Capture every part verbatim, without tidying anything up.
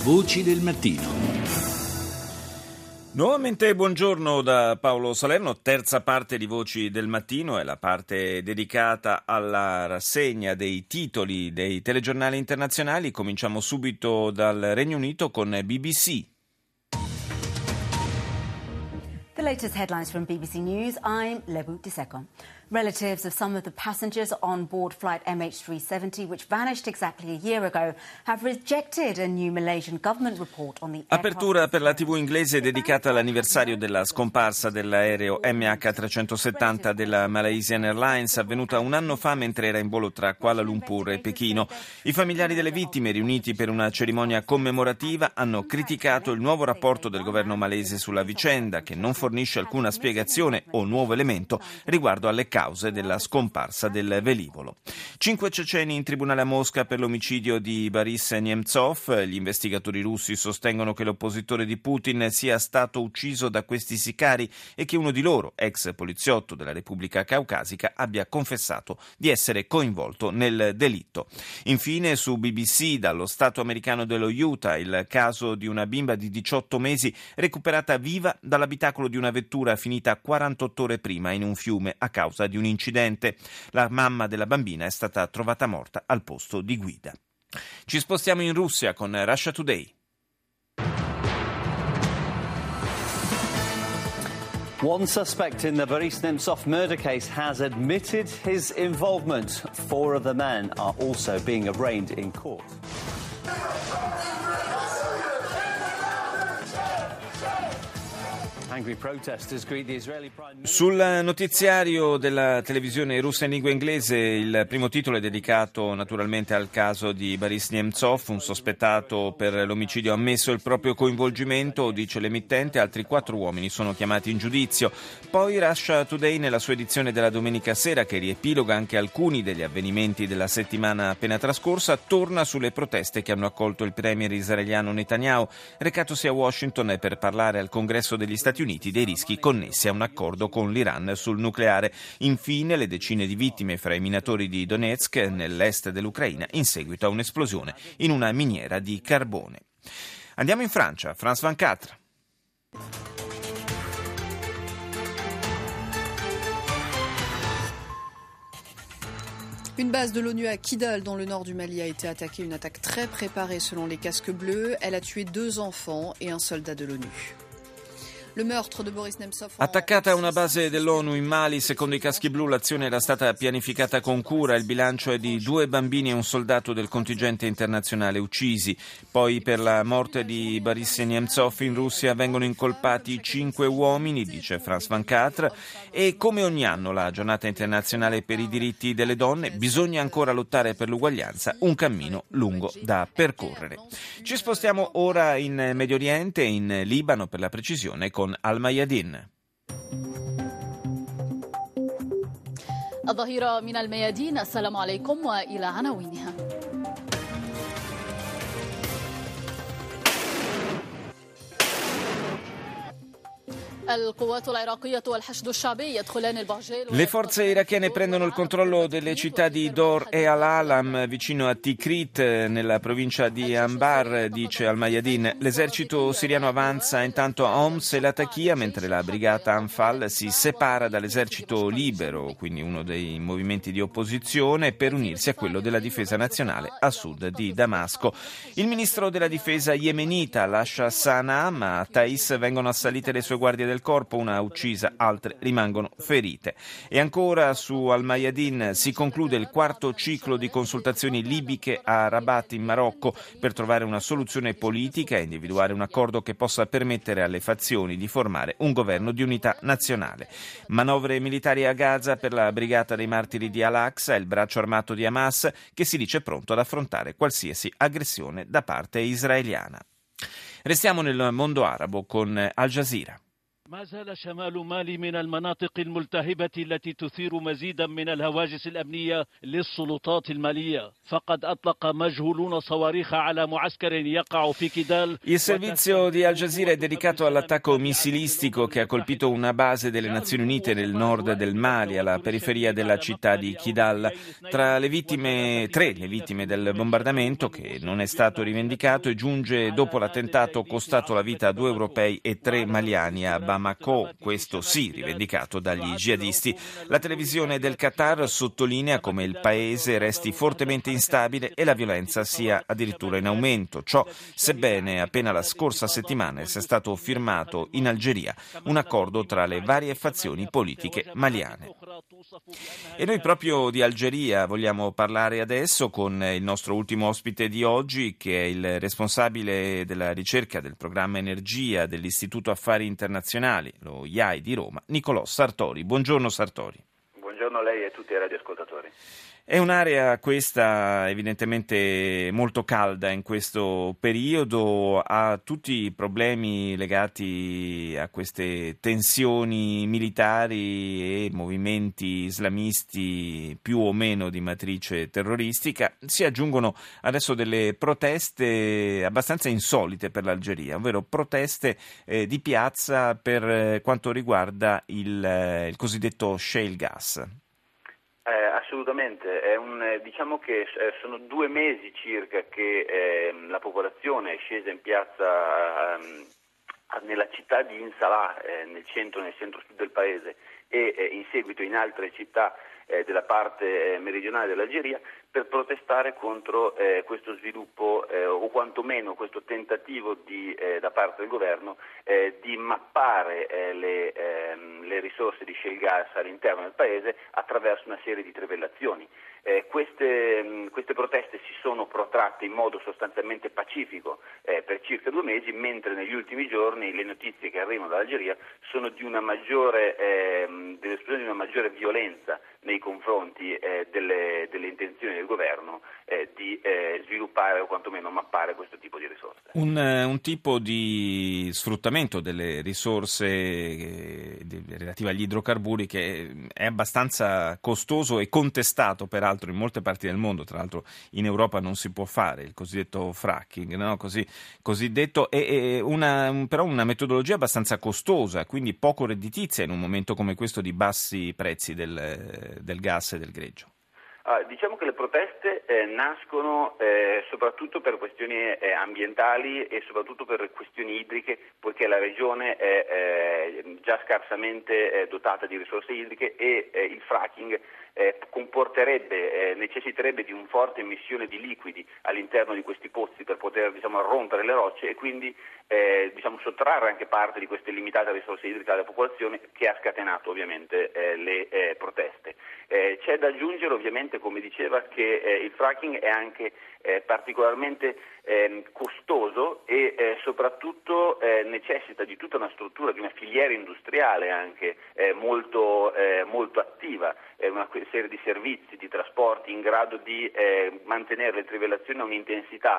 Voci del mattino. Nuovamente buongiorno da Paolo Salerno, terza parte di Voci del Mattino, è la parte dedicata alla rassegna dei titoli dei telegiornali internazionali. Cominciamo subito dal Regno Unito con B B C. The latest headlines from B B C News. I'm Lebu Diseko. Relatives of some of the passengers on board flight M H three seventy, which vanished exactly a year ago, have rejected a new Malaysian government report on the Apertura per la tivù inglese dedicata all'anniversario della scomparsa dell'aereo M H trecentosettanta della Malaysian Airlines, avvenuta un anno fa mentre era in volo tra Kuala Lumpur e Pechino. I familiari delle vittime, riuniti per una cerimonia commemorativa, hanno criticato il nuovo rapporto del governo malese sulla vicenda, che non fornisce alcuna spiegazione o nuovo elemento riguardo alle cause della scomparsa del velivolo. Cinque ceceni in tribunale a Mosca per l'omicidio di Boris Nemtsov. Gli investigatori russi sostengono che l'oppositore di Putin sia stato ucciso da questi sicari e che uno di loro, ex poliziotto della Repubblica Caucasica, abbia confessato di essere coinvolto nel delitto. Infine, su B B C, dallo Stato americano dello Utah, il caso di una bimba di diciotto mesi recuperata viva dall'abitacolo di una vettura finita quarantotto ore prima in un fiume a causa di un incidente. La mamma della bambina è stata trovata morta al posto di guida. Ci spostiamo in Russia con Russia Today. One suspect in the Boris Nemtsov murder case has admitted his involvement. Four of the men are also being arraigned in court. Sul notiziario della televisione russa in lingua inglese il primo titolo è dedicato naturalmente al caso di Boris Nemtsov, un sospettato per l'omicidio ha ammesso il proprio coinvolgimento, dice l'emittente, altri quattro uomini sono chiamati in giudizio. Poi Russia Today nella sua edizione della domenica sera, che riepiloga anche alcuni degli avvenimenti della settimana appena trascorsa, torna sulle proteste che hanno accolto il premier israeliano Netanyahu, recatosi a Washington per parlare al Congresso degli Stati Uniti dei rischi connessi a un accordo con l'Iran sul nucleare. Infine le decine di vittime fra i minatori di Donetsk nell'est dell'Ucraina in seguito a un'esplosione in una miniera di carbone. Andiamo in Francia, France ventiquattro. Une base de l'ONU à Kidal, dans le nord du Mali, a été attaquée. Une attaque très préparée selon les casques bleus. Elle a tué deux enfants et un soldat de l'ONU. Attaccata a una base dell'ONU in Mali, secondo i caschi blu l'azione era stata pianificata con cura. Il bilancio è di due bambini e un soldato del contingente internazionale uccisi. Poi per la morte di Boris Nemtsov in Russia vengono incolpati cinque uomini, dice France ventiquattro, e come ogni anno la giornata internazionale per i diritti delle donne bisogna ancora lottare per l'uguaglianza, un cammino lungo da percorrere. Ci spostiamo ora in Medio Oriente, in Libano per la precisione, con Al-Mayadin. الظهيرة من الميادين. السلام عليكم وإلى عناوينها. Le forze irachene prendono il controllo delle città di Dor e Al-Alam vicino a Tikrit nella provincia di Anbar, dice Al-Mayadin. L'esercito siriano avanza intanto a Homs e Latakia, mentre la brigata Anfal si separa dall'esercito libero, quindi uno dei movimenti di opposizione, per unirsi a quello della difesa nazionale a sud di Damasco. Il ministro della difesa yemenita lascia Sana'a, ma a Taiz vengono assalite le sue guardie del corpo, una uccisa, altre rimangono ferite. E ancora su Al-Mayadin si conclude il quarto ciclo di consultazioni libiche a Rabat in Marocco per trovare una soluzione politica e individuare un accordo che possa permettere alle fazioni di formare un governo di unità nazionale. Manovre militari a Gaza per la brigata dei martiri di Al-Aqsa, il braccio armato di Hamas, che si dice pronto ad affrontare qualsiasi aggressione da parte israeliana. Restiamo nel mondo arabo con Al Jazeera. ما زال شمال مالي من المناطق الملتهبة التي تثير مزيدا من الهواجس الأمنية للسلطات المالية فقد أطلق مجهولون صواريخ على معسكر يقع في كيدال. Il servizio di Al Jazeera è dedicato all'attacco missilistico che ha colpito una base delle Nazioni Unite nel nord del Mali, alla periferia della città di Kidal. Tra le vittime, tre le vittime del bombardamento, che non è stato rivendicato, e giunge dopo l'attentato costato la vita a due europei e tre maliani a Bamako, questo sì rivendicato dagli jihadisti. La televisione del Qatar sottolinea come il paese resti fortemente instabile e la violenza sia addirittura in aumento. Ciò sebbene appena la scorsa settimana sia stato firmato in Algeria un accordo tra le varie fazioni politiche maliane. E noi proprio di Algeria vogliamo parlare adesso con il nostro ultimo ospite di oggi, che è il responsabile della ricerca del programma Energia dell'Istituto Affari Internazionali, lo I A I di Roma, Nicolò Sartori. Buongiorno Sartori. Buongiorno a lei e a tutti i radioascoltatori. È un'area questa evidentemente molto calda in questo periodo, ha tutti i problemi legati a queste tensioni militari e movimenti islamisti più o meno di matrice terroristica. Si aggiungono adesso delle proteste abbastanza insolite per l'Algeria, ovvero proteste eh, di piazza per quanto riguarda il, eh, il cosiddetto shale gas. Eh, assolutamente, è un, eh, diciamo che eh, sono due mesi circa che eh, la popolazione è scesa in piazza eh, nella città di In Salah, eh, nel centro, nel centro-sud del paese, e eh, in seguito in altre città eh, della parte eh, meridionale dell'Algeria, per protestare contro eh, questo sviluppo eh, o quantomeno questo tentativo di, eh, da parte del governo eh, di mappare eh, le, ehm, le risorse di shale gas all'interno del paese attraverso una serie di trivellazioni. Eh, queste, mh, queste proteste si sono protratte in modo sostanzialmente pacifico eh, per circa due mesi, mentre negli ultimi giorni le notizie che arrivano dall'Algeria sono di una maggiore, ehm, dell'esplosione di una maggiore violenza nei confronti eh, delle, delle intenzioni del governo eh, di eh, sviluppare o quantomeno mappare questo tipo di risorse. Un, un tipo di sfruttamento delle risorse eh, relative agli idrocarburi che è abbastanza costoso e contestato peraltro in molte parti del mondo, tra l'altro in Europa non si può fare, il cosiddetto fracking, no? Così, cosiddetto, e, e una, un, però una metodologia abbastanza costosa, quindi poco redditizia in un momento come questo di bassi prezzi del del gas e del greggio. Ah, diciamo che le proteste eh, nascono eh, soprattutto per questioni eh, ambientali e soprattutto per questioni idriche, poiché la regione è eh, già scarsamente eh, dotata di risorse idriche e eh, il fracking eh, comporterebbe, eh, necessiterebbe di un forte emissione di liquidi all'interno di questi pozzi per poter, diciamo, rompere le rocce e quindi eh, diciamo, sottrarre anche parte di queste limitate risorse idriche alla popolazione, che ha scatenato ovviamente eh, le eh, proteste. Eh, c'è da aggiungere ovviamente, come diceva, che eh, il fracking è anche eh, particolarmente eh, costoso e eh, soprattutto eh, necessita di tutta una struttura, di una filiera industriale anche eh, molto, eh, molto attiva, eh, una serie di servizi, di trasporti in grado di eh, mantenere le trivellazioni a un'intensità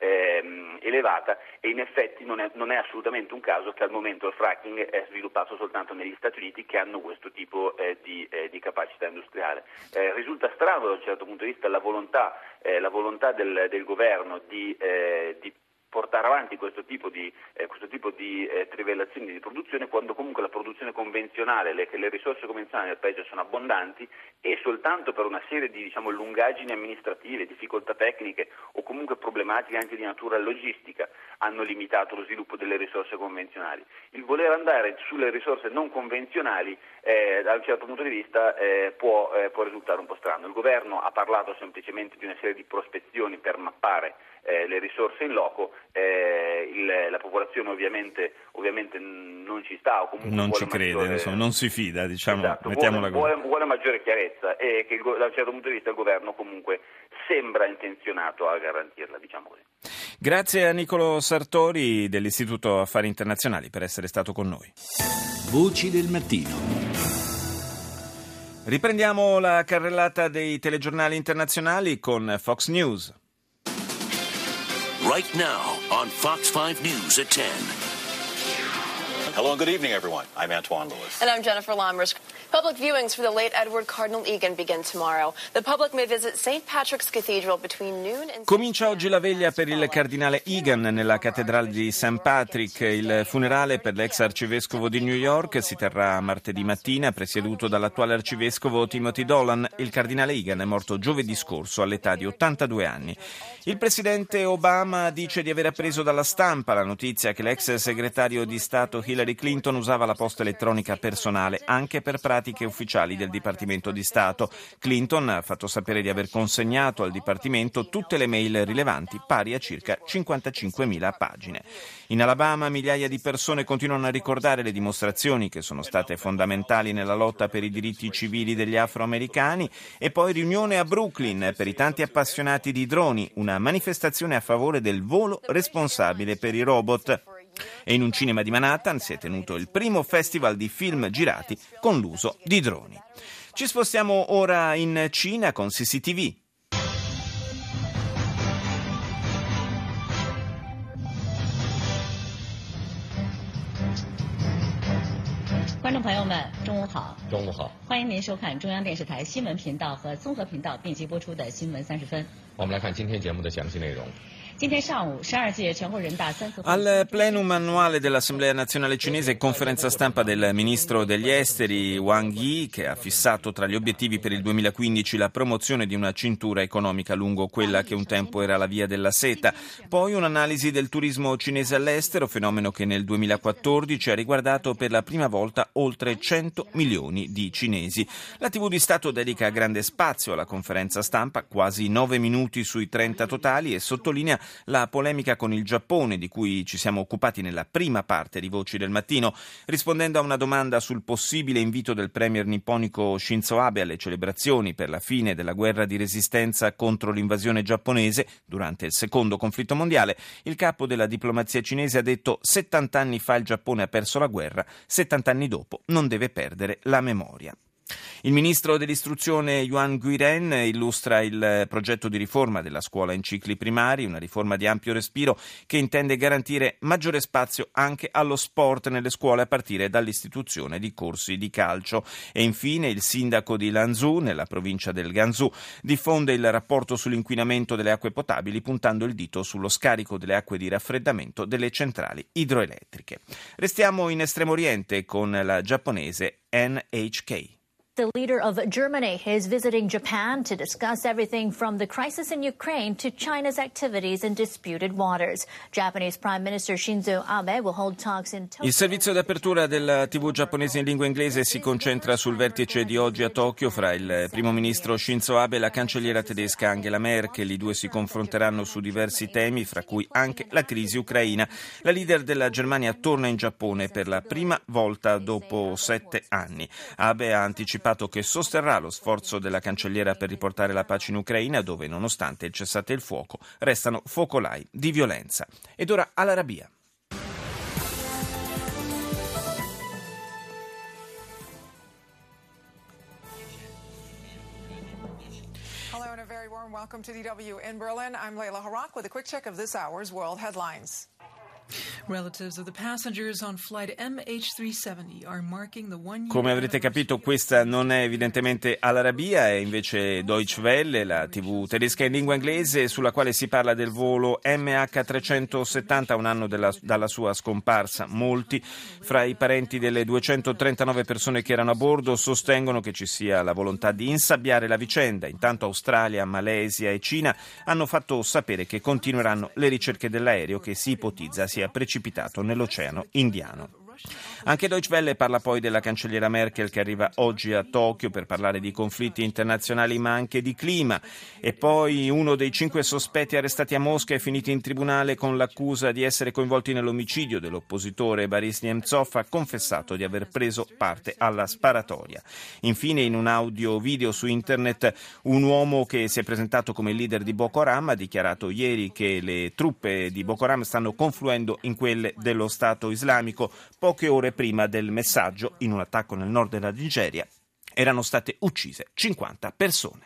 Ehm, elevata, e in effetti non è, non è assolutamente un caso che al momento il fracking è sviluppato soltanto negli Stati Uniti, che hanno questo tipo eh, di, eh, di capacità industriale. Eh, risulta strano da un certo punto di vista la volontà, eh, la volontà del, del governo di, eh, di portare avanti questo tipo di, eh, questo tipo di eh, trivellazioni di produzione, quando comunque la produzione convenzionale, le, le risorse convenzionali del paese sono abbondanti, e soltanto per una serie di, diciamo, lungaggini amministrative, difficoltà tecniche o comunque problematiche anche di natura logistica hanno limitato lo sviluppo delle risorse convenzionali. Il voler andare sulle risorse non convenzionali eh, da un certo punto di vista eh, può, eh, può risultare un po' strano. Il governo ha parlato semplicemente di una serie di prospezioni per mappare eh, le risorse in loco. Eh, il, la popolazione ovviamente, ovviamente non ci sta, o comunque non ci maggiore, crede, insomma, non si fida, diciamo, esatto, mettiamola vuole, così. vuole, vuole maggiore chiarezza, e che da un certo punto di vista il governo comunque sembra intenzionato a garantirla, diciamo così. Grazie a Nicolò Sartori dell'Istituto Affari Internazionali per essere stato con noi. Voci del mattino. Riprendiamo la carrellata dei telegiornali internazionali con Fox News. Right now on Fox five News at ten. Hello and good evening, everyone. I'm Antoine Lewis. And I'm Jennifer Lammers. Public viewings for the late Edward Cardinal Egan begin tomorrow. The public may visit Saint Patrick's Cathedral between noon and... Comincia oggi la veglia per il cardinale Egan nella cattedrale di Saint Patrick. Il funerale per l'ex arcivescovo di New York si terrà martedì mattina, presieduto dall'attuale arcivescovo Timothy Dolan. Il cardinale Egan è morto giovedì scorso all'età di ottantadue anni. Il presidente Obama dice di aver appreso dalla stampa la notizia che l'ex segretario di Stato Hillary Clinton usava la posta elettronica personale anche per pratiche ufficiali del Dipartimento di Stato. Clinton ha fatto sapere di aver consegnato al Dipartimento tutte le mail rilevanti, pari a circa cinquantacinquemila pagine. In Alabama migliaia di persone continuano a ricordare le dimostrazioni che sono state fondamentali nella lotta per i diritti civili degli afroamericani, e poi riunione a Brooklyn per i tanti appassionati di droni, una manifestazione a favore del volo responsabile per i robot. E in un cinema di Manhattan si è tenuto il primo festival di film girati con l'uso di droni. Ci spostiamo ora in Cina con C C T V. 观众朋友们，中午好！中午好！欢迎您收看中央电视台新闻频道和综合频道并机播出的新闻三十分。 我们来看今天节目的详细内容。 Al plenum annuale dell'Assemblea Nazionale Cinese, conferenza stampa del ministro degli esteri Wang Yi, che ha fissato tra gli obiettivi per il duemilaquindici la promozione di una cintura economica lungo quella che un tempo era la via della seta. Poi un'analisi del turismo cinese all'estero, fenomeno che nel duemilaquattordici ha riguardato per la prima volta oltre cento milioni di cinesi. La tivù di Stato dedica grande spazio alla conferenza stampa, quasi nove minuti sui trenta totali, e sottolinea la polemica con il Giappone, di cui ci siamo occupati nella prima parte di Voci del Mattino. Rispondendo a una domanda sul possibile invito del premier nipponico Shinzo Abe alle celebrazioni per la fine della guerra di resistenza contro l'invasione giapponese durante il secondo conflitto mondiale, il capo della diplomazia cinese ha detto: settanta anni fa il Giappone ha perso la guerra, settanta anni dopo non deve perdere la memoria. Il ministro dell'istruzione Yuan Guiren illustra il progetto di riforma della scuola in cicli primari, una riforma di ampio respiro che intende garantire maggiore spazio anche allo sport nelle scuole a partire dall'istituzione di corsi di calcio. E infine il sindaco di Lanzhou, nella provincia del Gansu, diffonde il rapporto sull'inquinamento delle acque potabili puntando il dito sullo scarico delle acque di raffreddamento delle centrali idroelettriche. Restiamo in Estremo Oriente con la giapponese N H K. The leader of Germany is visiting Japan to discuss everything from the crisis in Ukraine to China's activities in disputed waters. Japanese Prime Minister Shinzo Abe will hold talks in Tokyo. Il servizio d'apertura della tivù giapponese in lingua inglese si concentra sul vertice di oggi a Tokyo fra il primo ministro Shinzo Abe e la cancelliera tedesca Angela Merkel. I due si confronteranno su diversi temi, fra cui anche la crisi ucraina. La leader della Germania torna in Giappone per la prima volta dopo sette anni. Abe ha anticipato che sosterrà lo sforzo della cancelliera per riportare la pace in Ucraina, dove nonostante il cessate il fuoco restano focolai di violenza. Ed ora all'Arabia. Hello and a very warm welcome to D W in Berlin. I'm Layla Harak with a quick check of this hour's world headlines. Relatives of the passengers on flight M H trecentosettanta are marking the one year. Come avrete capito, questa non è evidentemente Al-Arabia, è invece Deutsche Welle, la tivù tedesca in lingua inglese, sulla quale si parla del volo M H trecentosettanta, un anno della, dalla sua scomparsa. Molti fra i parenti delle duecentotrentanove persone che erano a bordo sostengono che ci sia la volontà di insabbiare la vicenda. Intanto Australia, Malesia e Cina hanno fatto sapere che continueranno le ricerche dell'aereo che si ipotizza sia precipitato nell'Oceano Indiano. Anche Deutsche Welle parla poi della cancelliera Merkel che arriva oggi a Tokyo per parlare di conflitti internazionali ma anche di clima. E poi uno dei cinque sospetti arrestati a Mosca è finito in tribunale con l'accusa di essere coinvolti nell'omicidio dell'oppositore Boris Nemtsov. Ha confessato di aver preso parte alla sparatoria. Infine, in un audio video su internet, un uomo che si è presentato come leader di Boko Haram ha dichiarato ieri che le truppe di Boko Haram stanno confluendo in quelle dello Stato Islamico. Poche ore prima del messaggio, in un attacco nel nord della Nigeria, erano state uccise cinquanta persone.